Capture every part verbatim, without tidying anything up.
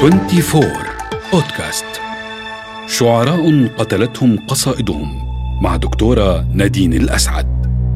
أربعة وعشرين بودكاست. شعراء قتلتهم قصائدهم مع دكتورة نادين الأسعد.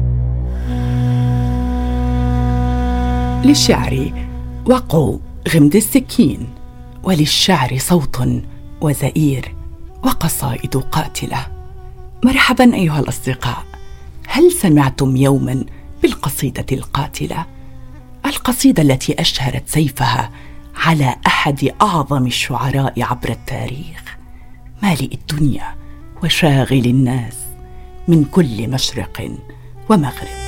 للشعر وقع غمد السكين، وللشعر صوت وزئير وقصائد قاتلة. مرحبا أيها الأصدقاء، هل سمعتم يوما بالقصيدة القاتلة؟ القصيدة التي أشهرت سيفها على أحد أعظم الشعراء عبر التاريخ، مالئ الدنيا وشاغل الناس من كل مشرق ومغرب.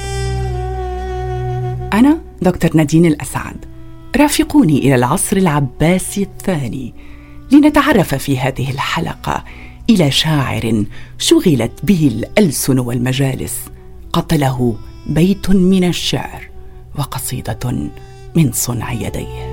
أنا دكتور نادين الأسعد، رافقوني إلى العصر العباسي الثاني لنتعرف في هذه الحلقة إلى شاعر شغلت به الألسن والمجالس، قتله بيت من الشعر وقصيدة من صنع يديه.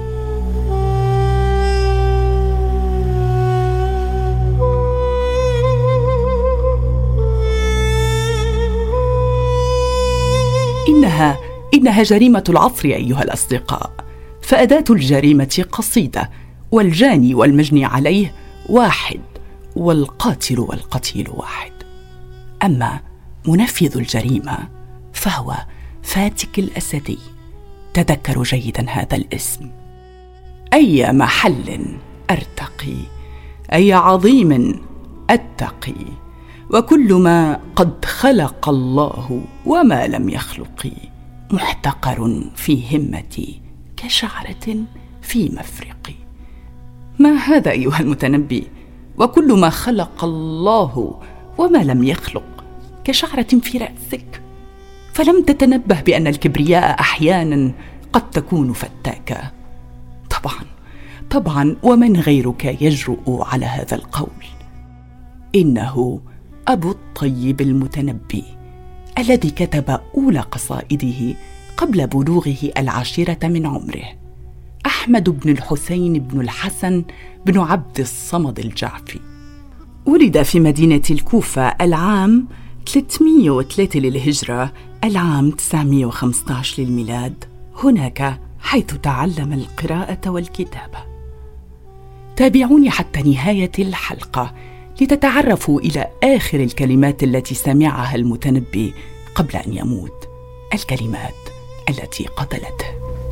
إنها إنها جريمة العصر أيها الأصدقاء، فأداة الجريمة قصيدة، والجاني والمجني عليه واحد، والقاتل والقتيل واحد. أما منفذ الجريمة فهو فاتك الأسدي. تذكروا جيدا هذا الاسم. أي محل أرتقي، أي عظيم أتقي، وكل ما قد خلق الله وما لم يخلق، محتقر في همتي كشعرة في مفرقي. ما هذا أيها المتنبي؟ وكل ما خلق الله وما لم يخلق كشعرة في رأسك؟ فلم تتنبه بأن الكبرياء أحيانا قد تكون فتاكة؟ طبعا طبعا ومن غيرك يجرؤ على هذا القول؟ إنه أبو الطيب المتنبي، الذي كتب أولى قصائده قبل بلوغه العاشرة من عمره، أحمد بن الحسين بن الحسن بن عبد الصمد الجعفي. ولد في مدينة الكوفة العام ثلاثمائة وثلاثة للهجرة، العام تسعمائة وخمسة عشر للميلاد، هناك حيث تعلم القراءة والكتابة. تابعوني حتى نهاية الحلقة لتتعرفوا إلى آخر الكلمات التي سمعها المتنبي قبل أن يموت، الكلمات التي قتلته.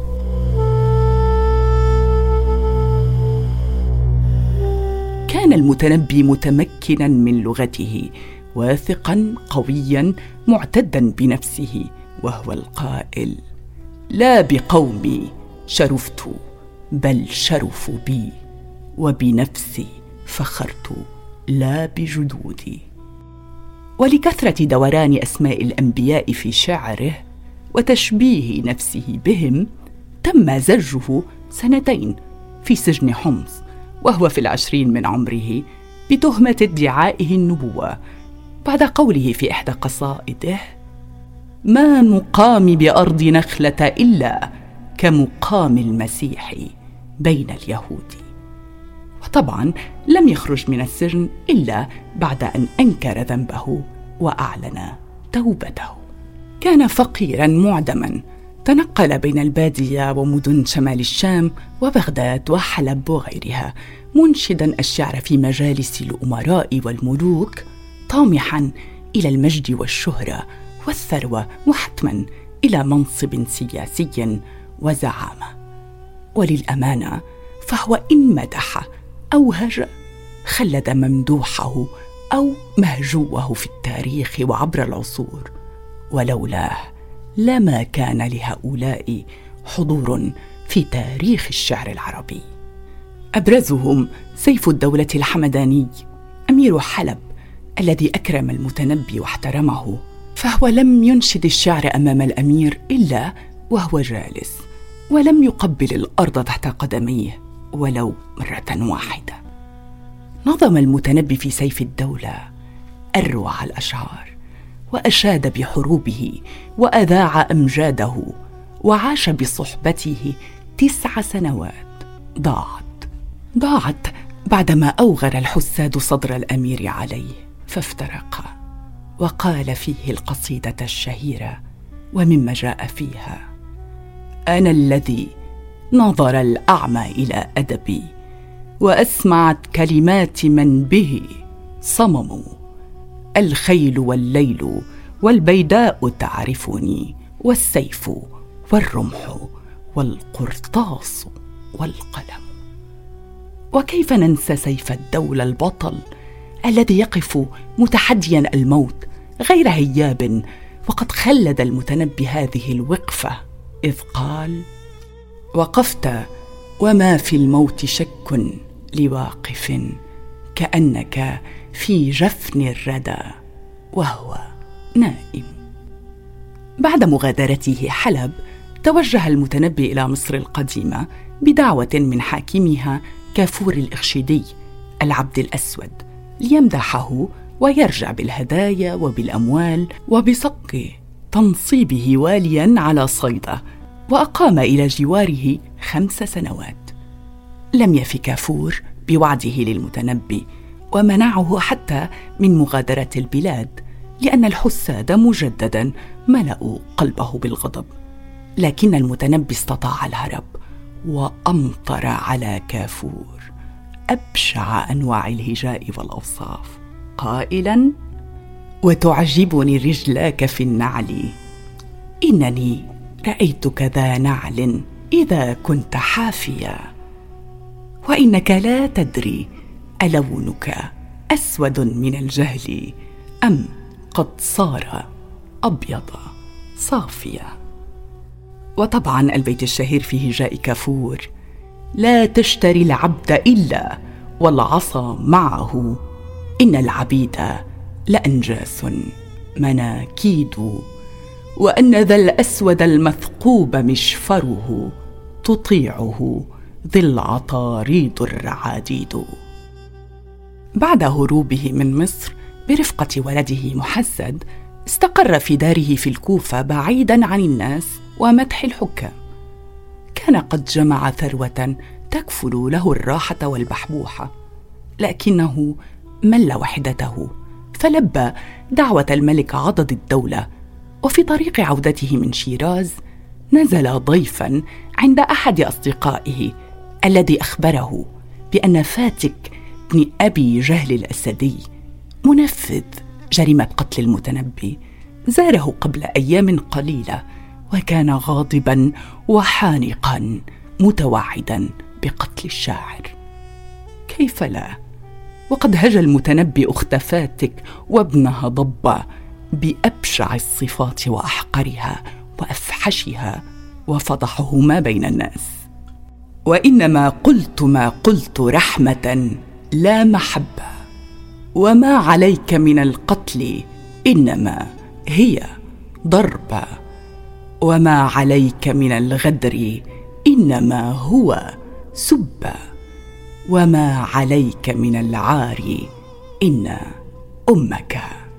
كان المتنبي متمكنا من لغته، واثقا قويا معتدا بنفسه، وهو القائل: لا بقومي شرفت بل شرفوا بي، وبنفسي فخرت لا بجدودي. ولكثرة دوران أسماء الأنبياء في شعره وتشبيه نفسه بهم، تم زجه سنتين في سجن حمص وهو في العشرين من عمره بتهمة ادعائه النبوة، بعد قوله في إحدى قصائده: ما مقام بأرض نخلة إلا كمقام المسيح بين اليهود. وطبعا لم يخرج من السجن إلا بعد أن أنكر ذنبه وأعلن توبته. كان فقيرا معدما، تنقل بين البادية ومدن شمال الشام وبغداد وحلب وغيرها، منشدا الشعر في مجالس الأمراء والملوك، طامحا إلى المجد والشهرة والثروة، وحتما إلى منصب سياسي وزعامة. وللأمانة فهو إن مدح أو هجا خلد ممدوحه أو مهجوه في التاريخ وعبر العصور، ولولاه لما كان لهؤلاء حضور في تاريخ الشعر العربي. أبرزهم سيف الدولة الحمداني أمير حلب، الذي أكرم المتنبي واحترمه، فهو لم ينشد الشعر أمام الأمير إلا وهو جالس، ولم يقبل الأرض تحت قدميه ولو مرة واحدة. نظم المتنبي في سيف الدولة أروع الأشعار، وأشاد بحروبه وأذاع أمجاده، وعاش بصحبته تسع سنوات ضاعت ضاعت بعدما أوغر الحساد صدر الأمير عليه فافترقا. وقال فيه القصيدة الشهيرة ومما جاء فيها: أنا الذي نظر الأعمى إلى أدبي وأسمعت كلمات من به صمم. الخيل والليل والبيداء تعرفني، والسيف والرمح والقرطاس والقلم. وكيف ننسى سيف الدولة البطل الذي يقف متحديا الموت غير هياب، وقد خلد المتنبي هذه الوقفة إذ قال: وقفت وما في الموت شك لواقف، كأنك في جفن الردى وهو نائم. بعد مغادرته حلب توجه المتنبي إلى مصر القديمة بدعوة من حاكمها كافور الإخشيدي العبد الأسود ليمدحه ويرجع بالهدايا وبالأموال وبصك تنصيبه والياً على صيدا، وأقام إلى جواره خمس سنوات. لم يف كافور بوعده للمتنبي ومنعه حتى من مغادرة البلاد، لأن الحساد مجدداً ملأوا قلبه بالغضب. لكن المتنبي استطاع الهرب وأمطر على كافور أبشع أنواع الهجاء والأوصاف قائلاً: وتعجبني رجلاك في النعل، إنني رأيتك ذا نعل إذا كنت حافيا، وإنك لا تدري ألونك أسود من الجهل أم قد صار أبيض صافيا. وطبعا البيت الشهير في هجاء كافور: لا تشتري العبد إلا والعصا معه، إن العبيد لأنجاس مناكيد، وأن ذا الأسود المثقوب مشفره، تطيعه ذي العطاريد الرعاديد. بعد هروبه من مصر برفقة ولده محسد، استقر في داره في الكوفة بعيداً عن الناس ومدح الحكام. كان قد جمع ثروة تكفل له الراحة والبحبوحة، لكنه مل وحدته فلبى دعوة الملك عضد الدولة. وفي طريق عودته من شيراز نزل ضيفاً عند أحد أصدقائه الذي أخبره بأن فاتك بن أبي جهل الأسدي منفذ جريمة قتل المتنبي زاره قبل أيام قليلة، وكان غاضباً وحانقاً متوعداً بقتل الشاعر. كيف لا، وقد هجى المتنبي أخت فاتك وابنها ضبة بأبشع الصفات وأحقرها وأفحشها، وفضحهما بين الناس. وإنما قلت ما قلت رحمة لا محبة، وما عليك من القتل إنما هي ضربة، وما عليك من الغدر إنما هو سبة، وما عليك من العار إن أمك.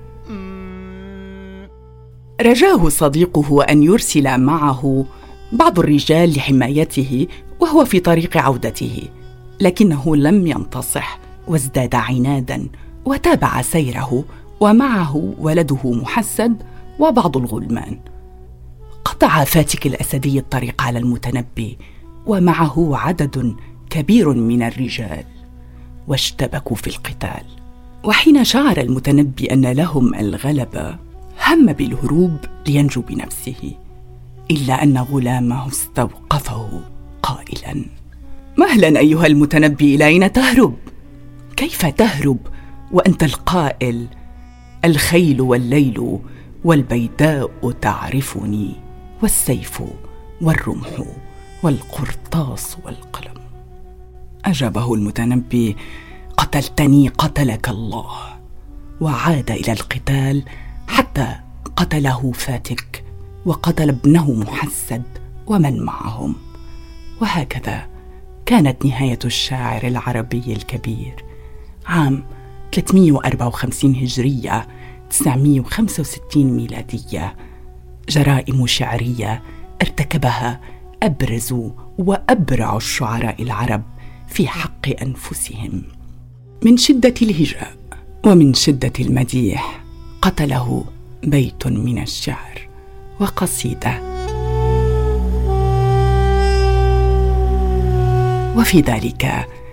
رجاه صديقه أن يرسل معه بعض الرجال لحمايته وهو في طريق عودته، لكنه لم ينتصح وازداد عناداً وتابع سيره، ومعه ولده محسد وبعض الغلمان. قطع فاتك الأسدي الطريق على المتنبي ومعه عدد كبير من الرجال، واشتبكوا في القتال. وحين شعر المتنبي أن لهم الغلبة هم بالهروب لينجو بنفسه، إلا أن غلامه استوقفه قائلاً: مهلاً أيها المتنبي، إلى أين تهرب؟ كيف تهرب وأنت القائل: الخيل والليل والبيداء تعرفني، والسيف والرمح والقرطاس والقلم؟ أجابه المتنبي: قتلتني قتلك الله. وعاد إلى القتال حتى قتله فاتك وقتل ابنه محسد ومن معهم. وهكذا كانت نهاية الشاعر العربي الكبير عام ثلاثمائة وأربعة وخمسين هجرية تسعمائة وخمسة وستين ميلادية، جرائم شعرية ارتكبها أبرز وأبرع الشعراء العرب في حق أنفسهم. من شدة الهجاء ومن شدة المديح قتله بيت من الشعر وقصيدة، وفي ذلك أختم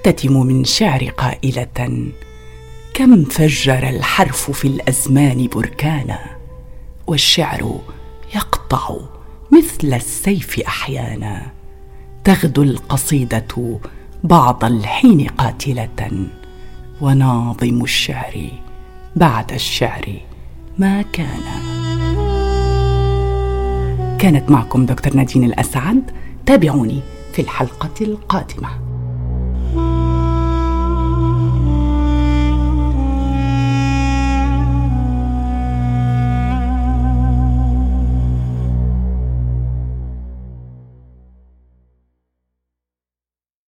أختتم من شعر قائلة: كم فجر الحرف في الأزمان بركانا، والشعر يقطع مثل السيف أحيانا. تغدو القصيدة بعض الحين قاتلة، وناظم الشعر بعد الشعر ما كان. كانت معكم دكتور نادين الأسعد. تابعوني في الحلقة القادمة.